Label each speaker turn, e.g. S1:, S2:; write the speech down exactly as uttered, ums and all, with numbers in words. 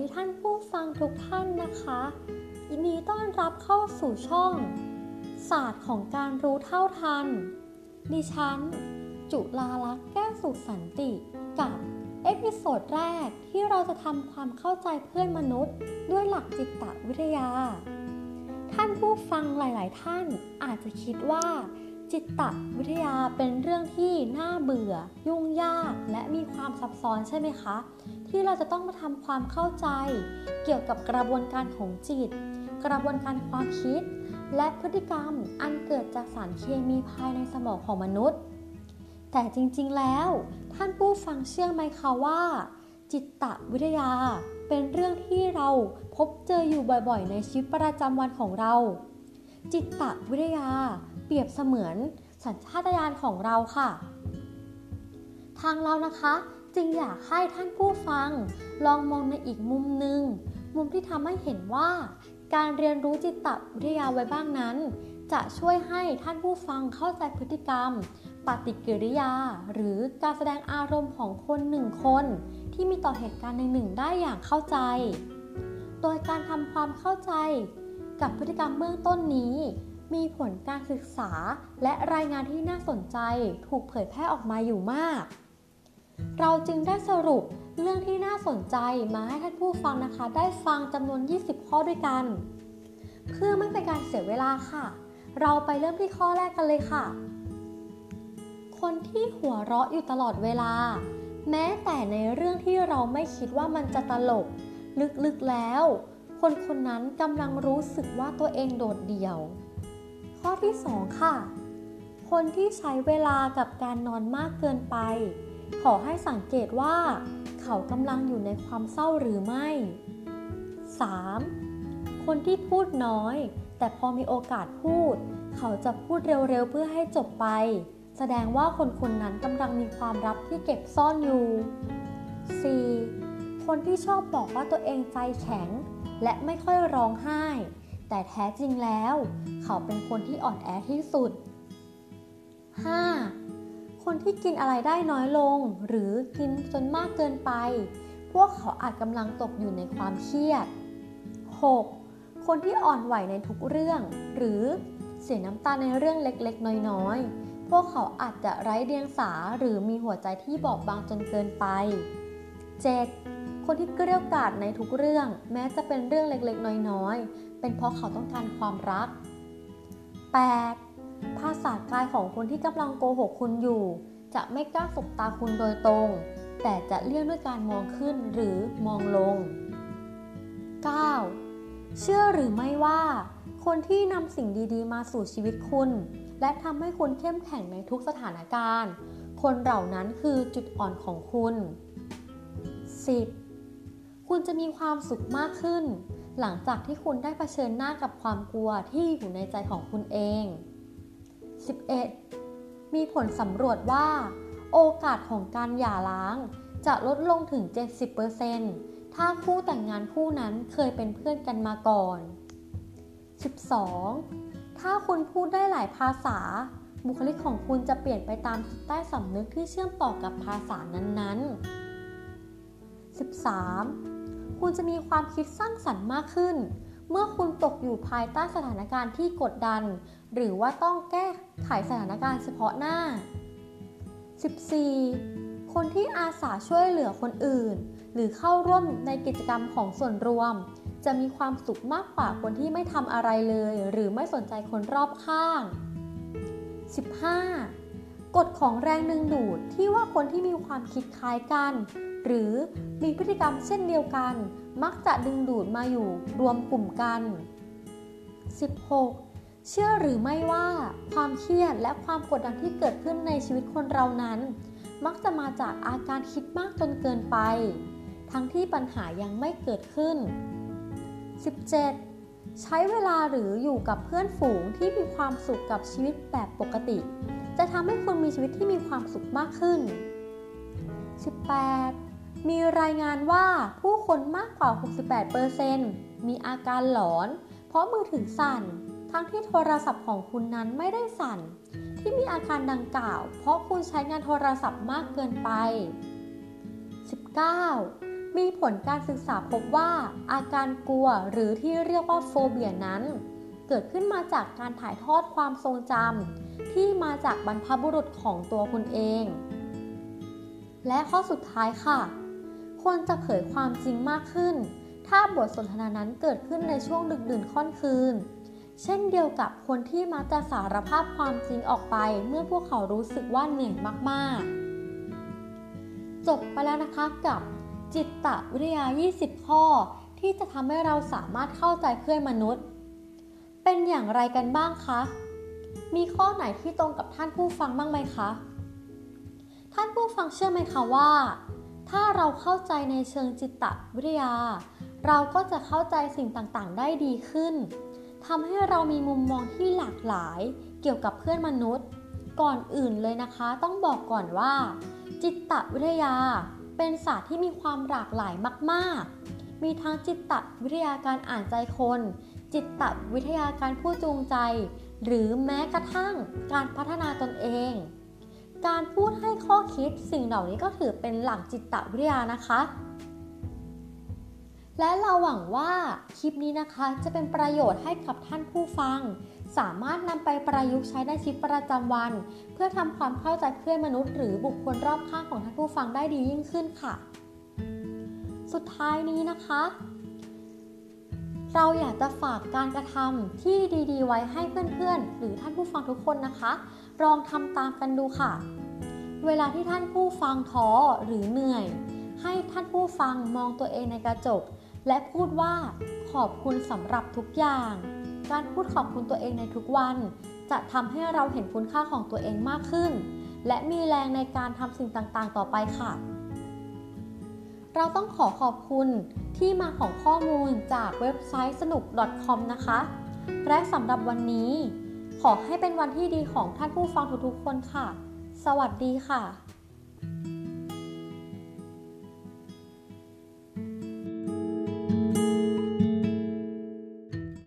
S1: ดีท่านผู้ฟังทุกท่านนะคะยินดีต้อนรับเข้าสู่ช่องศาสตร์ของการรู้เท่าทันดิฉันจุฬาลักษณ์แก้วสุขสันติกับเอพิโซดแรกที่เราจะทำความเข้าใจเพื่อนมนุษย์ด้วยหลักจิตวิทยาท่านผู้ฟังหลายๆท่านอาจจะคิดว่าจิตวิทยาเป็นเรื่องที่น่าเบื่อยุ่งยากและมีความซับซ้อนใช่ไหมคะที่เราจะต้องมาทำความเข้าใจเกี่ยวกับกระบวนการของจิตกระบวนการความคิดและพฤติกรรมอันเกิดจากสารเคมีภายในสมองของมนุษย์แต่จริงๆแล้วท่านผู้ฟังเชื่อไหมคะว่าจิตวิทยาเป็นเรื่องที่เราพบเจออยู่บ่อยๆในชีวิตประจำวันของเราจิตวิทยาเปรียบเสมือนสัญชาตญาณของเราค่ะทางเรานะคะจึงอยากให้ท่านผู้ฟังลองมองในอีกมุมหนึ่งมุมที่ทำให้เห็นว่าการเรียนรู้จิตวิทยาไว้บ้างนั้นจะช่วยให้ท่านผู้ฟังเข้าใจพฤติกรรมปฏิกิริยาหรือการแสดงอารมณ์ของคนหนึ่งคนที่มีต่อเหตุการณ์หนึ่งๆได้อย่างเข้าใจโดยการทำความเข้าใจกับพฤติกรรมเบื้องต้นนี้มีผลการศึกษาและรายงานที่น่าสนใจถูกเผยแพร่ออกมาอยู่มากเราจึงได้สรุปเรื่องที่น่าสนใจมาให้ท่านผู้ฟังนะคะได้ฟังจำนวนยี่สิบข้อด้วยกันเพื่อไม่เป็นการเสียเวลาค่ะเราไปเริ่มที่ข้อแรกกันเลยค่ะคนที่หัวเราะอยู่ตลอดเวลาแม้แต่ในเรื่องที่เราไม่คิดว่ามันจะตลกลึกๆแล้วคนคนนั้นกำลังรู้สึกว่าตัวเองโดดเดี่ยวข้อที่สองค่ะคนที่ใช้เวลากับการนอนมากเกินไปขอให้สังเกตว่าเขากำลังอยู่ในความเศร้าหรือไม่ สาม คนที่พูดน้อยแต่พอมีโอกาสพูดเขาจะพูดเร็วๆเพื่อให้จบไปแสดงว่าคนคนนั้นกำลังมีความลับที่เก็บซ่อนอยู่ สี่ คนที่ชอบบอกว่าตัวเองใจแข็งและไม่ค่อยร้องไห้แต่แท้จริงแล้วเขาเป็นคนที่อ่อนแอที่สุด ห้า คนที่กินอะไรได้น้อยลงหรือกินจนมากเกินไปพวกเขาอาจกำลังตกอยู่ในความเครียด หก คนที่อ่อนไหวในทุกเรื่องหรือเสียน้ำตาในเรื่องเล็กๆน้อยๆพวกเขาอาจจะไร้เดียงสาหรือมีหัวใจที่บอบบางจนเกินไป เจ็ด คนที่เกรี้ยวกราดในทุกเรื่องแม้จะเป็นเรื่องเล็กๆน้อยๆเป็นเพราะเขาต้องการความรัก แปด ภาษากายของคนที่กำลังโกหกคุณอยู่จะไม่กล้าสบตาคุณโดยตรงแต่จะเลี่ยงด้วยการมองขึ้นหรือมองลง เก้า เชื่อหรือไม่ว่าคนที่นำสิ่งดีๆมาสู่ชีวิตคุณและทำให้คุณเข้มแข็งในทุกสถานการณ์คนเหล่านั้นคือจุดอ่อนของคุณ สิบ คุณจะมีความสุขมากขึ้นหลังจากที่คุณได้เผชิญหน้ากับความกลัวที่อยู่ในใจของคุณเอง สิบเอ็ด มีผลสำรวจว่าโอกาสของการหย่าร้างจะลดลงถึง เจ็ดสิบเปอร์เซ็นต์ ถ้าคู่แต่งงานคู่นั้นเคยเป็นเพื่อนกันมาก่อน สิบสอง ถ้าคุณพูดได้หลายภาษาบุคลิกของคุณจะเปลี่ยนไปตามจิตใต้สำนึกที่เชื่อมต่อกับภาษานั้นๆ สิบสาม คุณจะมีความคิดสร้างสรรค์มากขึ้นเมื่อคุณตกอยู่ภายใต้สถานการณ์ที่กดดันหรือว่าต้องแก้ไขสถานการณ์เฉพาะหน้า สิบสี่ คนที่อาสาช่วยเหลือคนอื่นหรือเข้าร่วมในกิจกรรมของส่วนรวมจะมีความสุขมากกว่าคนที่ไม่ทำอะไรเลยหรือไม่สนใจคนรอบข้าง สิบห้า กฎของแรงดึงดูดที่ว่าคนที่มีความคิดคล้ายกันหรือมีพฤติกรรมเช่นเดียวกันมักจะดึงดูดมาอยู่รวมกลุ่มกัน สิบหก เชื่อหรือไม่ว่าความเครียดและความกดดันที่เกิดขึ้นในชีวิตคนเรานั้นมักจะมาจากอาการคิดมากจนเกินไปทั้งที่ปัญหายังไม่เกิดขึ้น สิบเจ็ด ใช้เวลาหรืออยู่กับเพื่อนฝูงที่มีความสุขกับชีวิตแบบปกติจะทำให้คุณมีชีวิตที่มีความสุขมากขึ้น สิบแปด มีรายงานว่าผู้คนมากกว่า หกสิบแปดเปอร์เซ็นต์ มีอาการหลอนเพราะมือถือสั่นทั้งที่โทรศัพท์ของคุณนั้นไม่ได้สั่นที่มีอาการดังกล่าวเพราะคุณใช้งานโทรศัพท์มากเกินไป สิบเก้ามีผลการศึกษาพบว่าอาการกลัวหรือที่เรียกว่าโฟเบียนั้นเกิดขึ้นมาจากการถ่ายทอดความทรงจำที่มาจากบรรพบุรุษของตัวคุณเองและข้อสุดท้ายค่ะควรจะเผยความจริงมากขึ้นถ้าบทสนทนานั้นเกิดขึ้นในช่วงดึกดื่นค่ำคืนเช่นเดียวกับคนที่มักจะสารภาพความจริงออกไปเมื่อพวกเขารู้สึกว่าเหนื่อยมากๆจบไปแล้วนะคะกับจิตวิทยายี่สิบข้อที่จะทำให้เราสามารถเข้าใจเพื่อนมนุษย์เป็นอย่างไรกันบ้างคะมีข้อไหนที่ตรงกับท่านผู้ฟังบ้างไหมคะท่านผู้ฟังเชื่อไหมคะว่าถ้าเราเข้าใจในเชิงจิตวิทยาเราก็จะเข้าใจสิ่งต่างๆได้ดีขึ้นทำให้เรามีมุมมองที่หลากหลายเกี่ยวกับเพื่อนมนุษย์ก่อนอื่นเลยนะคะต้องบอกก่อนว่าจิตวิทยาเป็นศาสตร์ที่มีความหลากหลายมากๆมีทั้งจิตวิทยาการอ่านใจคนจิตวิทยาการพูดจูงใจหรือแม้กระทั่งการพัฒนาตนเองการพูดให้ข้อคิดสิ่งเหล่านี้ก็ถือเป็นหลักจิตวิทยานะคะและเราหวังว่าคลิปนี้นะคะจะเป็นประโยชน์ให้กับท่านผู้ฟังสามารถนำไปประยุกต์ใช้ในชีวิตประจำวันเพื่อทำความเข้าใจเพื่อนมนุษย์หรือบุคคลรอบข้างของท่านผู้ฟังได้ดียิ่งขึ้นค่ะสุดท้ายนี้นะคะเราอยากจะฝากการกระทำที่ดีๆไว้ให้เพื่อนๆหรือท่านผู้ฟังทุกคนนะคะลองทำตามกันดูค่ะเวลาที่ท่านผู้ฟังท้อหรือเหนื่อยให้ท่านผู้ฟังมองตัวเองในกระจกและพูดว่าขอบคุณสำหรับทุกอย่างการพูดขอบคุณตัวเองในทุกวันจะทำให้เราเห็นคุณค่าของตัวเองมากขึ้นและมีแรงในการทำสิ่งต่างๆต่อไปค่ะเราต้องขอขอบคุณที่มาของข้อมูลจากเว็บไซต์สนุก .com นะคะและสำหรับวันนี้ขอให้เป็นวันที่ดีของท่านผู้ฟังทุกๆคนค่ะสวัสดีค่ะ